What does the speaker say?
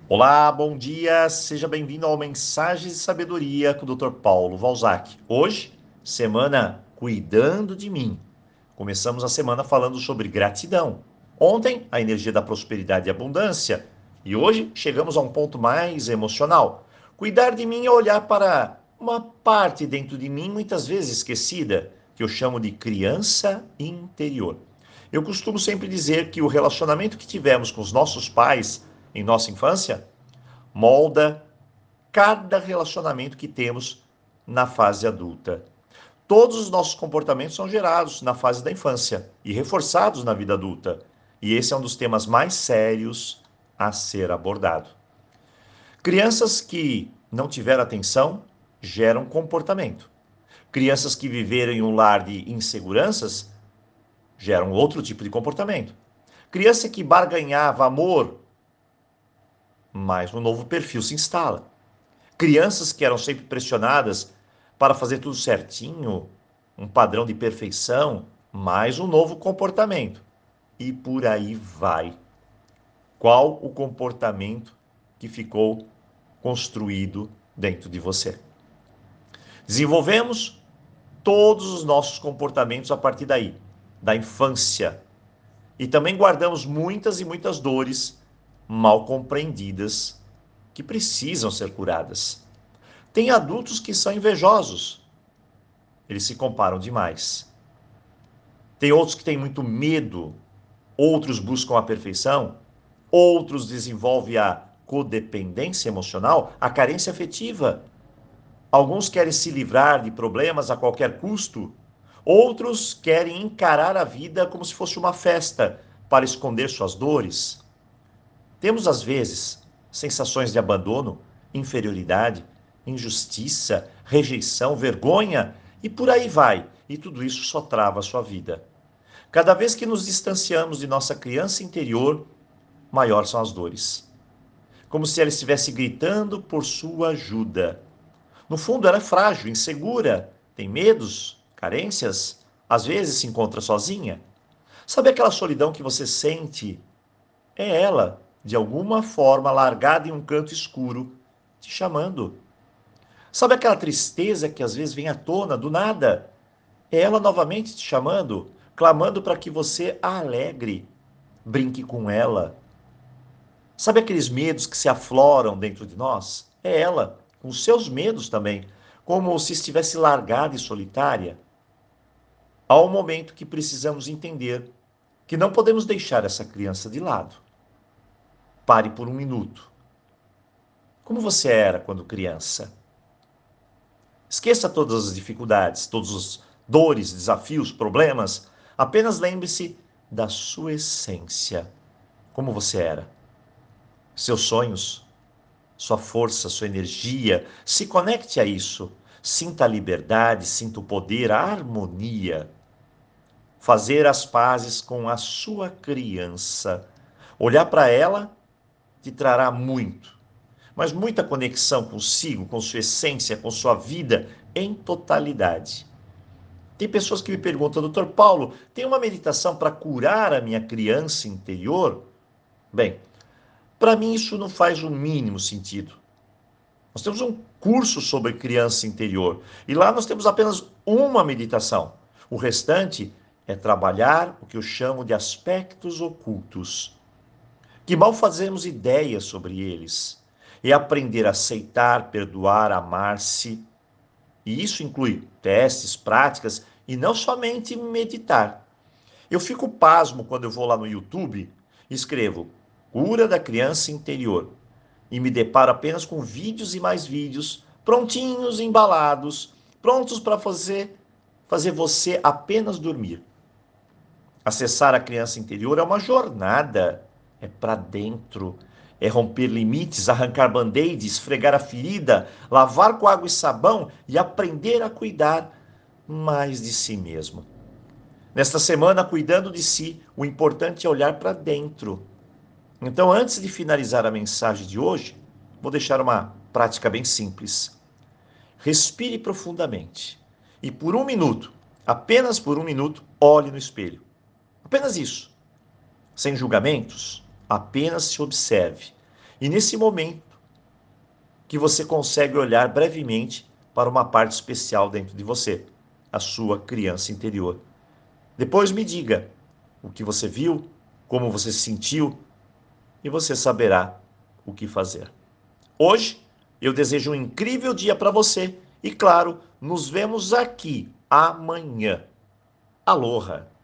Olá, bom dia, seja bem-vindo ao Mensagens de Sabedoria com o Dr. Paulo Valzac. Hoje, semana Cuidando de Mim. Começamos a semana falando sobre gratidão. Ontem, a energia da prosperidade e abundância. E hoje, chegamos a um ponto mais emocional. Cuidar de mim é olhar para uma parte dentro de mim, muitas vezes esquecida, que eu chamo de criança interior. Eu costumo sempre dizer que o relacionamento que tivemos com os nossos pais em nossa infância molda cada relacionamento que temos na fase adulta. Todos os nossos comportamentos são gerados na fase da infância e reforçados na vida adulta. E esse é um dos temas mais sérios a ser abordado. Crianças que não tiveram atenção geram comportamento. Crianças que viveram em um lar de inseguranças geram outro tipo de comportamento. Criança que barganhava amor, mas um novo perfil se instala. Crianças que eram sempre pressionadas para fazer tudo certinho, um padrão de perfeição, mais um novo comportamento. E por aí vai. Qual o comportamento que ficou construído dentro de você? Desenvolvemos todos os nossos comportamentos a partir daí, da infância. E também guardamos muitas e muitas dores mal compreendidas que precisam ser curadas. Tem adultos que são invejosos, eles se comparam demais. Tem outros que têm muito medo, outros buscam a perfeição, outros desenvolvem a codependência emocional, a carência afetiva. Alguns querem se livrar de problemas a qualquer custo, outros querem encarar a vida como se fosse uma festa para esconder suas dores. Temos, às vezes, sensações de abandono, inferioridade, injustiça, rejeição, vergonha e por aí vai. E tudo isso só trava a sua vida. Cada vez que nos distanciamos de nossa criança interior, maior são as dores. Como se ela estivesse gritando por sua ajuda. No fundo, ela é frágil, insegura, tem medos, carências, às vezes se encontra sozinha. Sabe aquela solidão que você sente? É ela, de alguma forma, largada em um canto escuro, te chamando. Sabe aquela tristeza que às vezes vem à tona do nada? É ela novamente te chamando, clamando para que você a alegre, brinque com ela. Sabe aqueles medos que se afloram dentro de nós? É ela, com seus medos também, como se estivesse largada e solitária. Há um momento que precisamos entender que não podemos deixar essa criança de lado. Pare por um minuto. Como você era quando criança? Esqueça todas as dificuldades, todas as dores, desafios, problemas. Apenas lembre-se da sua essência. Como você era. Seus sonhos, sua força, sua energia. Se conecte a isso. Sinta a liberdade, sinta o poder, a harmonia. Fazer as pazes com a sua criança. Olhar para ela te trará muito, mas muita conexão consigo, com sua essência, com sua vida em totalidade. Tem pessoas que me perguntam, doutor Paulo, tem uma meditação para curar a minha criança interior? Bem, para mim isso não faz o mínimo sentido. Nós temos um curso sobre criança interior e lá nós temos apenas uma meditação. O restante é trabalhar o que eu chamo de aspectos ocultos, que mal fazemos ideia sobre eles. É aprender a aceitar, perdoar, amar-se. E isso inclui testes, práticas e não somente meditar. Eu fico pasmo quando eu vou lá no YouTube e escrevo cura da criança interior e me deparo apenas com vídeos e mais vídeos prontinhos, embalados, prontos para fazer você apenas dormir. Acessar a criança interior é uma jornada, é para dentro, é romper limites, arrancar band-aids, esfregar a ferida, lavar com água e sabão e aprender a cuidar mais de si mesmo. Nesta semana, cuidando de si, o importante é olhar para dentro. Então, antes de finalizar a mensagem de hoje, vou deixar uma prática bem simples. Respire profundamente e por um minuto, apenas por um minuto, olhe no espelho. Apenas isso. Sem julgamentos, apenas se observe. E nesse momento que você consegue olhar brevemente para uma parte especial dentro de você, a sua criança interior. Depois me diga o que você viu, como você se sentiu, e você saberá o que fazer. Hoje, eu desejo um incrível dia para você e, claro, nos vemos aqui amanhã. Aloha!